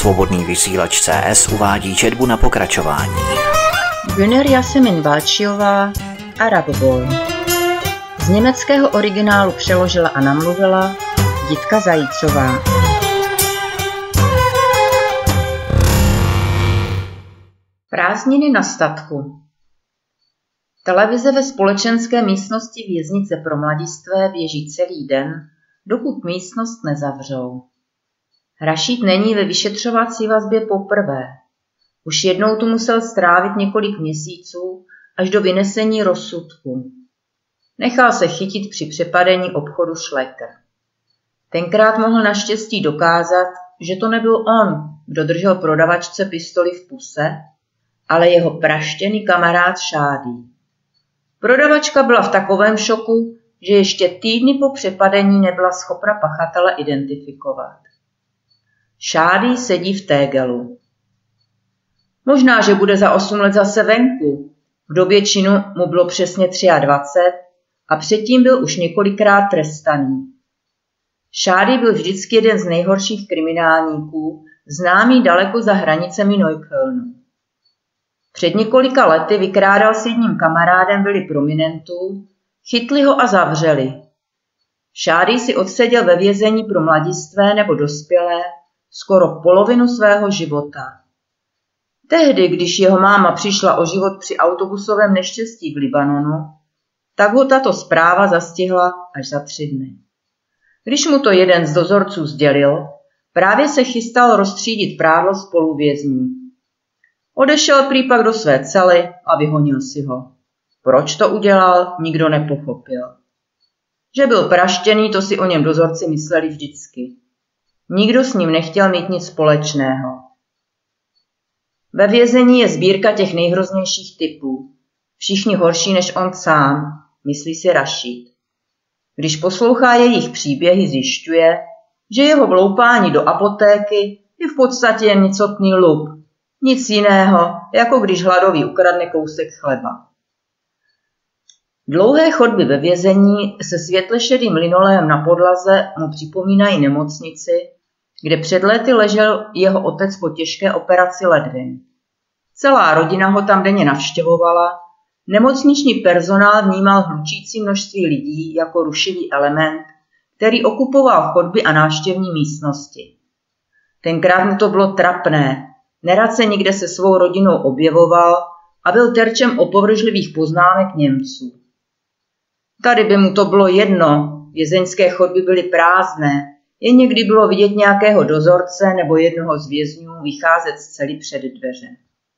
Svobodný vysílač CS uvádí četbu na pokračování. Güner Yasemin Balčiová, Arab Boy. Z německého originálu přeložila a namluvila Jitka Zajícová. Prázdniny na statku. Televize ve společenské místnosti věznice pro mladistvé běží celý den, dokud místnost nezavřou. Rašíd není ve vyšetřovací vazbě poprvé. Už jednou tu musel strávit několik měsíců až do vynesení rozsudku. Nechal se chytit při přepadení obchodu Schlecker. Tenkrát mohl naštěstí dokázat, že to nebyl on, kdo držel prodavačce pistoli v puse, ale jeho praštěný kamarád Šádí. Prodavačka byla v takovém šoku, že ještě týdny po přepadení nebyla schopna pachatele identifikovat. Šádí sedí v Tegelu. Možná, že bude za 8 let zase venku. V době činu mu bylo přesně 23 a předtím byl už několikrát trestaný. Šádí byl vždycky jeden z nejhorších kriminálníků, známý daleko za hranicemi Neuköllnu. Před několika lety vykrádal s jedním kamarádem vily prominentů, chytli ho a zavřeli. Šádí si odseděl ve vězení pro mladistvé nebo dospělé skoro polovinu svého života. Tehdy, když jeho máma přišla o život při autobusovém neštěstí v Libanonu, tak ho tato zpráva zastihla až za 3 dny. Když mu to jeden z dozorců sdělil, právě se chystal rozstřídit prádlo spoluvězňů. Odešel prý pak do své cely a vyhonil si ho. Proč to udělal, nikdo nepochopil. Že byl praštěný, to si o něm dozorci mysleli vždycky. Nikdo s ním nechtěl mít nic společného. Ve vězení je sbírka těch nejhroznějších typů. Všichni horší než on sám, myslí si Rašíd. Když poslouchá jejich příběhy, zjišťuje, že jeho vloupání do apotéky je v podstatě jen nicotný lup. Nic jiného, jako když hladový ukradne kousek chleba. Dlouhé chodby ve vězení se světlešedým linolejem na podlaze mu připomínají nemocnici, kde před lety ležel jeho otec po těžké operaci ledvin. Celá rodina ho tam denně navštěvovala, nemocniční personál vnímal hlučící množství lidí jako rušivý element, který okupoval chodby a návštěvní místnosti. Tenkrát mu to bylo trapné, nerad se nikde se svou rodinou objevoval a byl terčem opovržlivých poznámek Němců. Tady by mu to bylo jedno, vězeňské chodby byly prázdné, jen někdy bylo vidět nějakého dozorce nebo jednoho z vězňů vycházet z cely před dveře.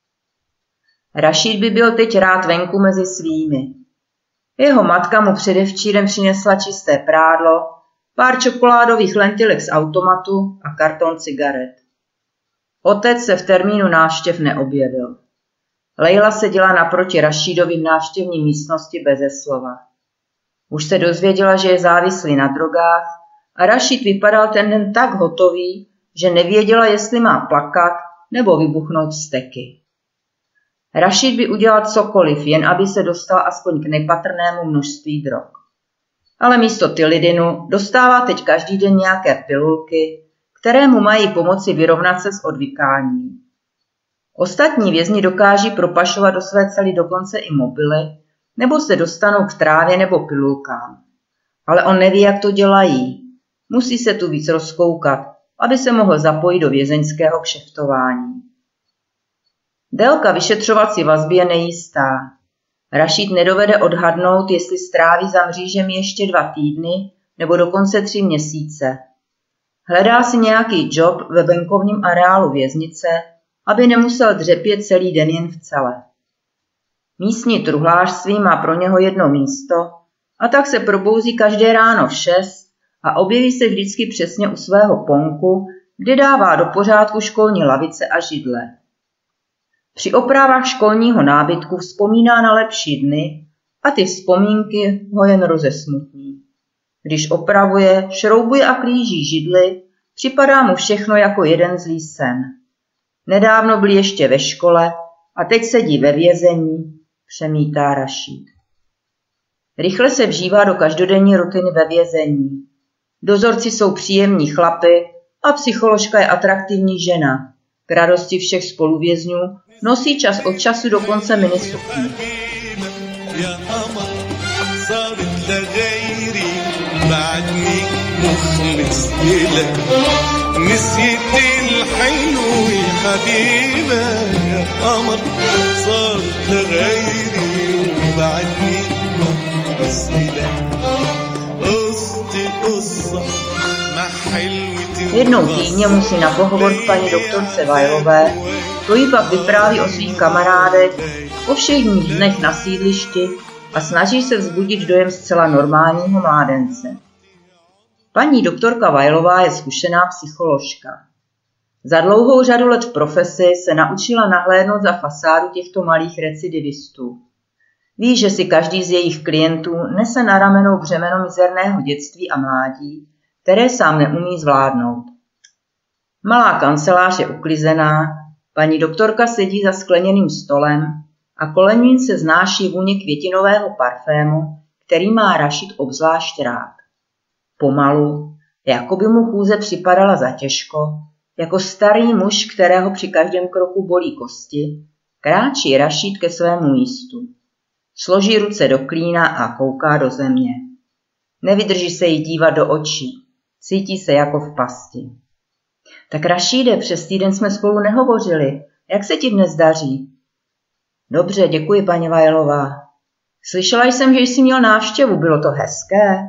Rašíd by byl teď rád venku mezi svými. Jeho matka mu předevčírem přinesla čisté prádlo, pár čokoládových lentilek z automatu a karton cigaret. Otec se v termínu návštěv neobjevil. Lejla seděla naproti Rašídovi v návštěvní místnosti beze slova. Už se dozvěděla, že je závislý na drogách a Rašíd vypadal ten den tak hotový, že nevěděla, jestli má plakat nebo vybuchnout vzteky. Rašíd by udělal cokoliv, jen aby se dostal aspoň k nepatrnému množství drog. Ale místo tylidinu dostává teď každý den nějaké pilulky, které mu mají pomoci vyrovnat se s odvykáním. Ostatní vězni dokáží propašovat do své cely dokonce i mobily, nebo se dostanou k trávě nebo pilulkám. Ale on neví, jak to dělají. Musí se tu víc rozkoukat, aby se mohl zapojit do vězeňského kšeftování. Délka vyšetřovací vazby je nejistá. Rašíd nedovede odhadnout, jestli stráví za mřížemi ještě 2 týdny nebo dokonce 3 měsíce. Hledá si nějaký job ve venkovním areálu věznice, aby nemusel dřepět celý den jen v cele. Místní truhlářství má pro něho jedno místo a tak se probouzí každé ráno v 6 a objeví se vždycky přesně u svého ponku, kde dává do pořádku školní lavice a židle. Při opravách školního nábytku vzpomíná na lepší dny a ty vzpomínky ho jen rozesmutní. Když opravuje, šroubuje a klíží židly, připadá mu všechno jako jeden zlý sen. Nedávno byl ještě ve škole a teď sedí ve vězení, přemítá Rašíd. Rychle se vžívá do každodenní rutiny ve vězení. Dozorci jsou příjemní chlapy a psycholožka je atraktivní žena, K radosti všech spoluvězňů nosí čas od času dokonce minisukni. Jednou týdně musí na pohovor k paní doktorce Weilové, to jí pak vypráví o svých kamarádech, o všech dnech na sídlišti a snaží se vzbudit dojem zcela normálního mládence. Paní doktorka Weilová je zkušená psycholožka. Za dlouhou řadu let v profesi se naučila nahlédnout za fasádu těchto malých recidivistů. Ví, že si každý z jejich klientů nese na ramenou břemeno mizerného dětství a mládí, které sám neumí zvládnout. Malá kancelář je uklizená, paní doktorka sedí za skleněným stolem a kolem ní se znáší vůně květinového parfému, který má Rašíd obzvlášť rád. Pomalu, jako by mu chůze připadala za těžko, jako starý muž, kterého při každém kroku bolí kosti, kráčí Rašíd ke svému místu. Složí ruce do klína a kouká do země. Nevydrží se jí dívat do očí. Cítí se jako v pasti. Tak Rašíde, přes týden jsme spolu nehovořili. Jak se ti dnes daří? Dobře, děkuji, paní Weilová. Slyšela jsem, že jsi měl návštěvu, bylo to hezké?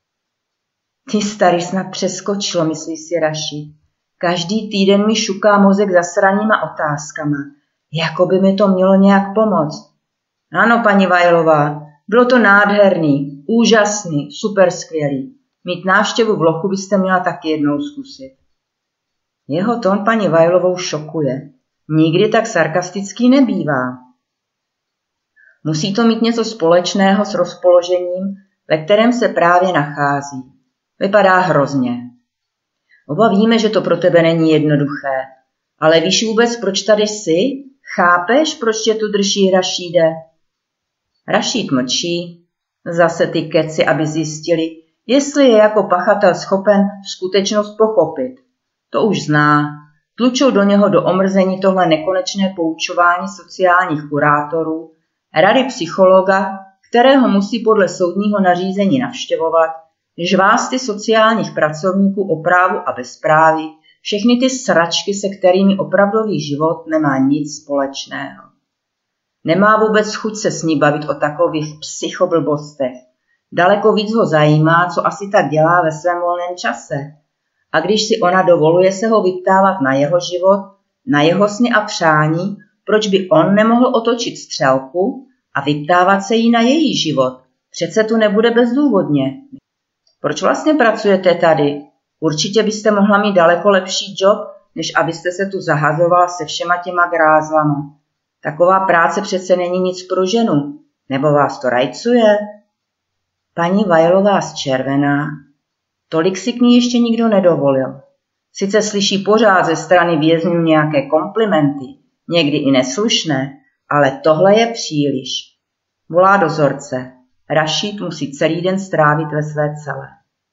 Ty starý snad přeskočilo, myslí si Rašíd. Každý týden mi šuká mozek zasranýma otázkama. Jako by mi to mělo nějak pomoct. Ano, paní Weilová, bylo to nádherný, úžasný, super skvělý. Mít návštěvu v Lochu byste měla taky jednou zkusit. Jeho tón paní Weilovou šokuje. Nikdy tak sarkastický nebývá. Musí to mít něco společného s rozpoložením, ve kterém se právě nachází. Vypadá hrozně. Oba víme, že to pro tebe není jednoduché, ale víš vůbec, proč tady jsi? Chápeš, proč tě tu drží Rašíde? Rašíd mlčí, zase ty keci, aby zjistili, jestli je jako pachatel schopen skutečnost pochopit. To už zná. Tlučou do něho do omrzení tohle nekonečné poučování sociálních kurátorů, rady psychologa, kterého musí podle soudního nařízení navštěvovat, žvásty sociálních pracovníků o právu a bezpráví, všechny ty sračky, se kterými opravdový život nemá nic společného. Nemá vůbec chuť se s ní bavit o takových psychoblbostech. Daleko víc ho zajímá, co asi tak dělá ve svém volném čase. A když si ona dovoluje se ho vyptávat na jeho život, na jeho sny a přání, proč by on nemohl otočit střelku a vyptávat se jí na její život? Přece tu nebude bezdůvodně. Proč vlastně pracujete tady? Určitě byste mohla mít daleko lepší job, než abyste se tu zahazovala se všema těma grázlama. Taková práce přece není nic pro ženu. Nebo vás to rajcuje? Paní Weilová zčervená. Tolik si k ní ještě nikdo nedovolil. Sice slyší pořád ze strany vězňů nějaké komplimenty, někdy i neslušné, ale tohle je příliš. Volá dozorce. Rašíd musí celý den strávit ve své cele.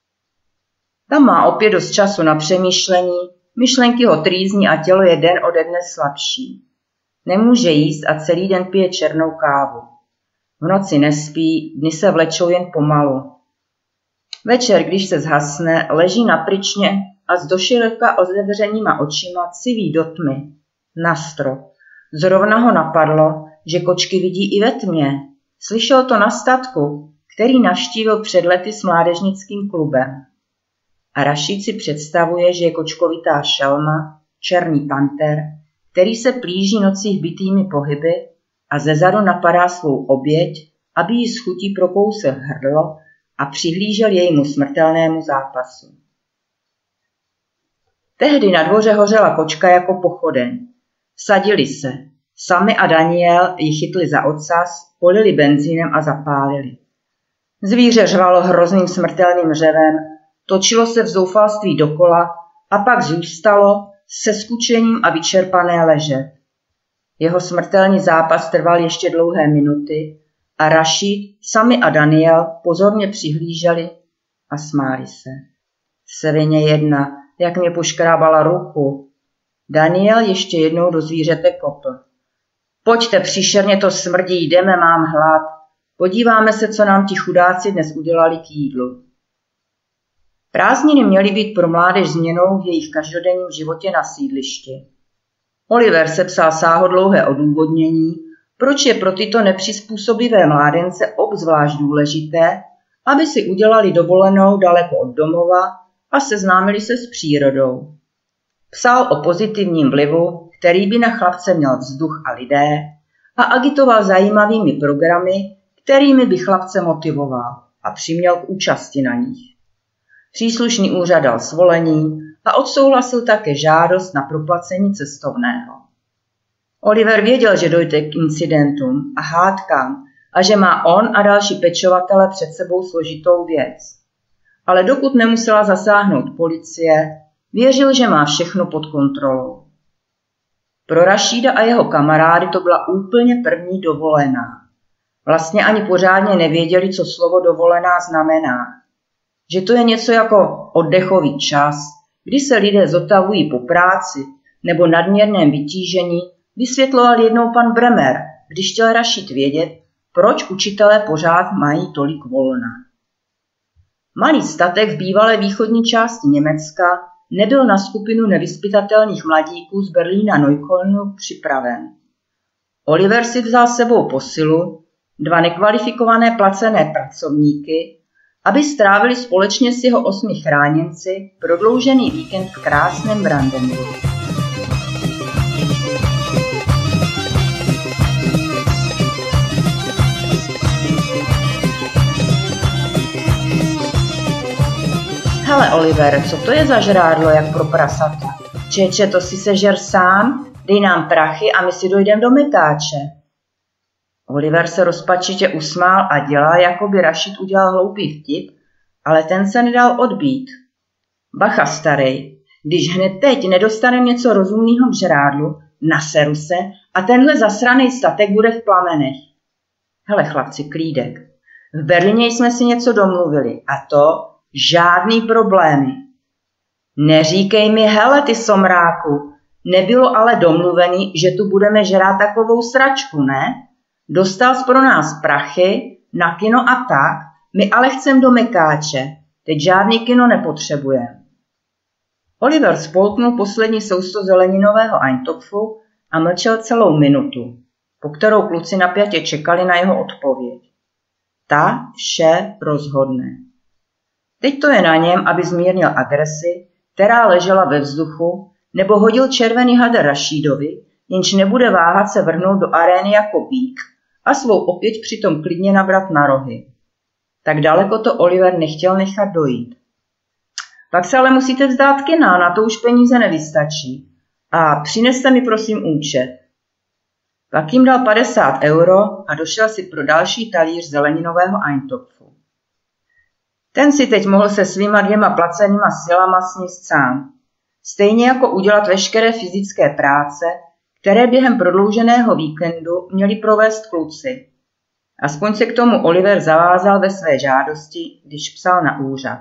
Tam má opět dost času na přemýšlení, myšlenky ho trýzní a tělo je den ode dne slabší. Nemůže jíst a celý den pije černou kávu. V noci nespí, dny se vlečou jen pomalu. Večer, když se zhasne, leží na pryčně a s doširoka otevřenýma očima civí do tmy. Na strop. Zrovna ho napadlo, že kočky vidí i ve tmě. Slyšel to na statku, který navštívil před lety s mládežnickým klubem. A Rašíd si představuje, že je kočkovitá šelma, černý panter, který se plíží nocí hbitými pohyby a zezadu napadá svou oběť, aby jí s chutí prokousil hrdlo a přihlížel jejímu smrtelnému zápasu. Tehdy na dvoře hořela kočka jako pochodeň. Vsadili se. Sami a Daniel ji chytli za ocas, polili benzínem a zapálili. Zvíře řvalo hrozným smrtelným řevem, točilo se v zoufalství dokola a pak zůstalo se skučením a vyčerpané ležet. Jeho smrtelný zápas trval ještě dlouhé minuty a Rašíd, Sami a Daniel pozorně přihlíželi a smáli se. Svině jedna, jak mě poškrábala ruku. Daniel ještě jednou do zvířete kopl. Pojďte, příšerně to smrdí, jdeme, mám hlad. Podíváme se, co nám ti chudáci dnes udělali k jídlu. Prázdniny měly být pro mládež změnou v jejich každodenním životě na sídlišti. Oliver sepsal sáhodlouhé odůvodnění, proč je pro tyto nepřizpůsobivé mládence obzvlášť důležité, aby si udělali dovolenou daleko od domova a seznámili se s přírodou. Psal o pozitivním vlivu, který by na chlapce měl vzduch a lidé, a agitoval zajímavými programy, kterými by chlapce motivoval a přiměl k účasti na nich. Příslušný úřad dal svolení a odsouhlasil také žádost na proplacení cestovného. Oliver věděl, že dojde k incidentům a hádkám a že má on a další pečovatele před sebou složitou věc. Ale dokud nemusela zasáhnout policie, věřil, že má všechno pod kontrolou. Pro Rašída a jeho kamarády to byla úplně první dovolená. Vlastně ani pořádně nevěděli, co slovo dovolená znamená. Že to je něco jako oddechový čas, kdy se lidé zotavují po práci nebo nadměrném vytížení, vysvětloval jednou pan Bremer, když chtěl Rašíd vědět, proč učitelé pořád mají tolik volna. Malý statek v bývalé východní části Německa nebyl na skupinu nevyzpytatelných mladíků z Berlína Neuköllnu připraven. Oliver si vzal sebou posilu, 2 nekvalifikované placené pracovníky, aby strávili společně s jeho 8 chráněnci prodloužený víkend v krásném Brandenburgu. Hele, Oliver, co to je za žrádlo, jak pro prasata? Čeče, to si sežer sám, dej nám prachy a my si dojdeme do mekáče. Oliver se rozpačitě usmál a dělal, jako by Rašíd udělal hloupý vtip, ale ten se nedal odbít. Bacha, starej, když hned teď nedostanem něco rozumného k žrádlu, naseru se a tenhle zasranej statek bude v plamenech. Hele, chlapci, klídek. V Berlíně jsme si něco domluvili a to žádný problémy. Neříkej mi, hele, ty somráku, nebylo ale domluvený, že tu budeme žrát takovou sračku, ne? Dostal jsi pro nás prachy, na kino a tak, my ale chcem do mekáče, teď žádný kino nepotřebujeme. Oliver spolknul poslední sousto zeleninového Eintopfu a mlčel celou minutu, po kterou kluci napjatě čekali na jeho odpověď. Ta vše rozhodne. Teď to je na něm, aby zmírnil agresi, která ležela ve vzduchu, nebo hodil červený hader Rašídovi, jenž nebude váhat se vrhnout do arény jako bík a svou opět přitom klidně nabrat na rohy. Tak daleko to Oliver nechtěl nechat dojít. Pak se ale musíte vzdát kina, na to už peníze nevystačí. A přineste mi prosím účet. Pak jim dal 50 € a došel si pro další talíř zeleninového Eintopfu. Ten si teď mohl se svýma 2 placenýma silama sníst sám. Stejně jako udělat veškeré fyzické práce, které během prodlouženého víkendu měli provést kluci. Aspoň se k tomu Oliver zavázal ve své žádosti, když psal na úřad.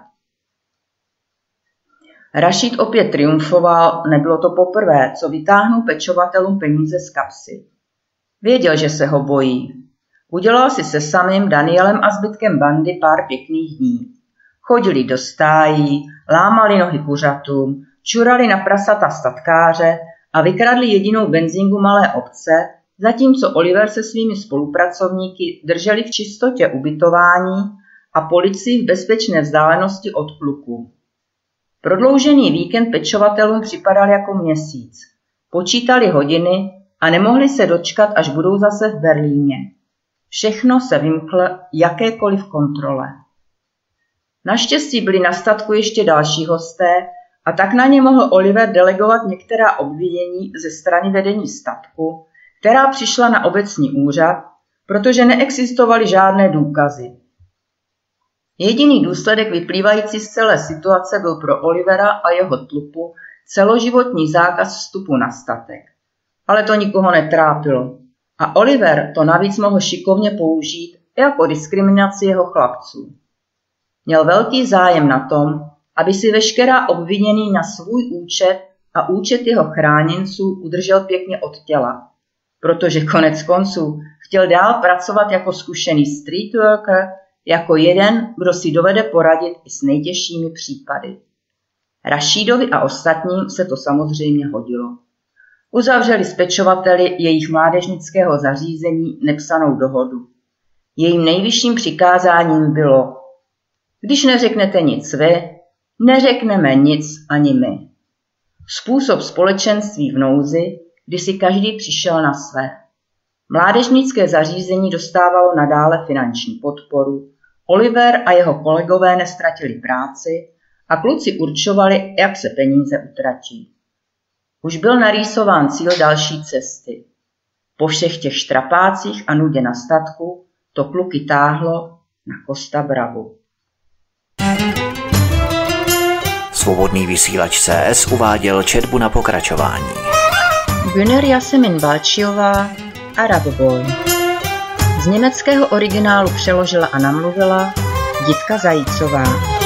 Rašíd opět triumfoval, nebylo to poprvé, co vytáhnul pečovatelům peníze z kapsy. Věděl, že se ho bojí. Udělal si se samým Danielem a zbytkem bandy pár pěkných dní. Chodili do stájí, lámali nohy kuřatům, čurali na prasata statkáře a vykradli jedinou benzínku malé obce, zatímco Oliver se svými spolupracovníky drželi v čistotě ubytování a policii v bezpečné vzdálenosti od pluku. Prodloužený víkend pečovatelům připadal jako měsíc. Počítali hodiny a nemohli se dočkat, až budou zase v Berlíně. Všechno se vymklo jakékoliv kontrole. Naštěstí byli na statku ještě další hosté a tak na ně mohl Oliver delegovat některá obvinění ze strany vedení statku, která přišla na obecní úřad, protože neexistovaly žádné důkazy. Jediný důsledek vyplývající z celé situace byl pro Olivera a jeho tlupu celoživotní zákaz vstupu na statek. Ale to nikoho netrápilo. A Oliver to navíc mohl šikovně použít jako diskriminaci jeho chlapců. Měl velký zájem na tom, aby si veškerá obvinění na svůj účet a účet jeho chráněnců udržel pěkně od těla, protože konec konců chtěl dál pracovat jako zkušený street worker, jako jeden, kdo si dovede poradit i s nejtěžšími případy. Rašídovi a ostatním se to samozřejmě hodilo. Uzavřeli s pečovateli jejich mládežnického zařízení nepsanou dohodu. Jejím nejvyšším přikázáním bylo: když neřeknete nic vy, neřekneme nic ani my. Způsob společenství v nouzi, kdy si každý přišel na své. Mládežnické zařízení dostávalo nadále finanční podporu, Oliver a jeho kolegové neztratili práci a kluci určovali, jak se peníze utratí. Už byl narýsován cíl další cesty. Po všech těch štrapácích a nudě na statku to kluky táhlo na Costa Bravu. Svobodný vysílač CS uváděl četbu na pokračování. Güner Yasemin Balčiová, Arab Boy. Z německého originálu přeložila a namluvila Jitka Zajícová.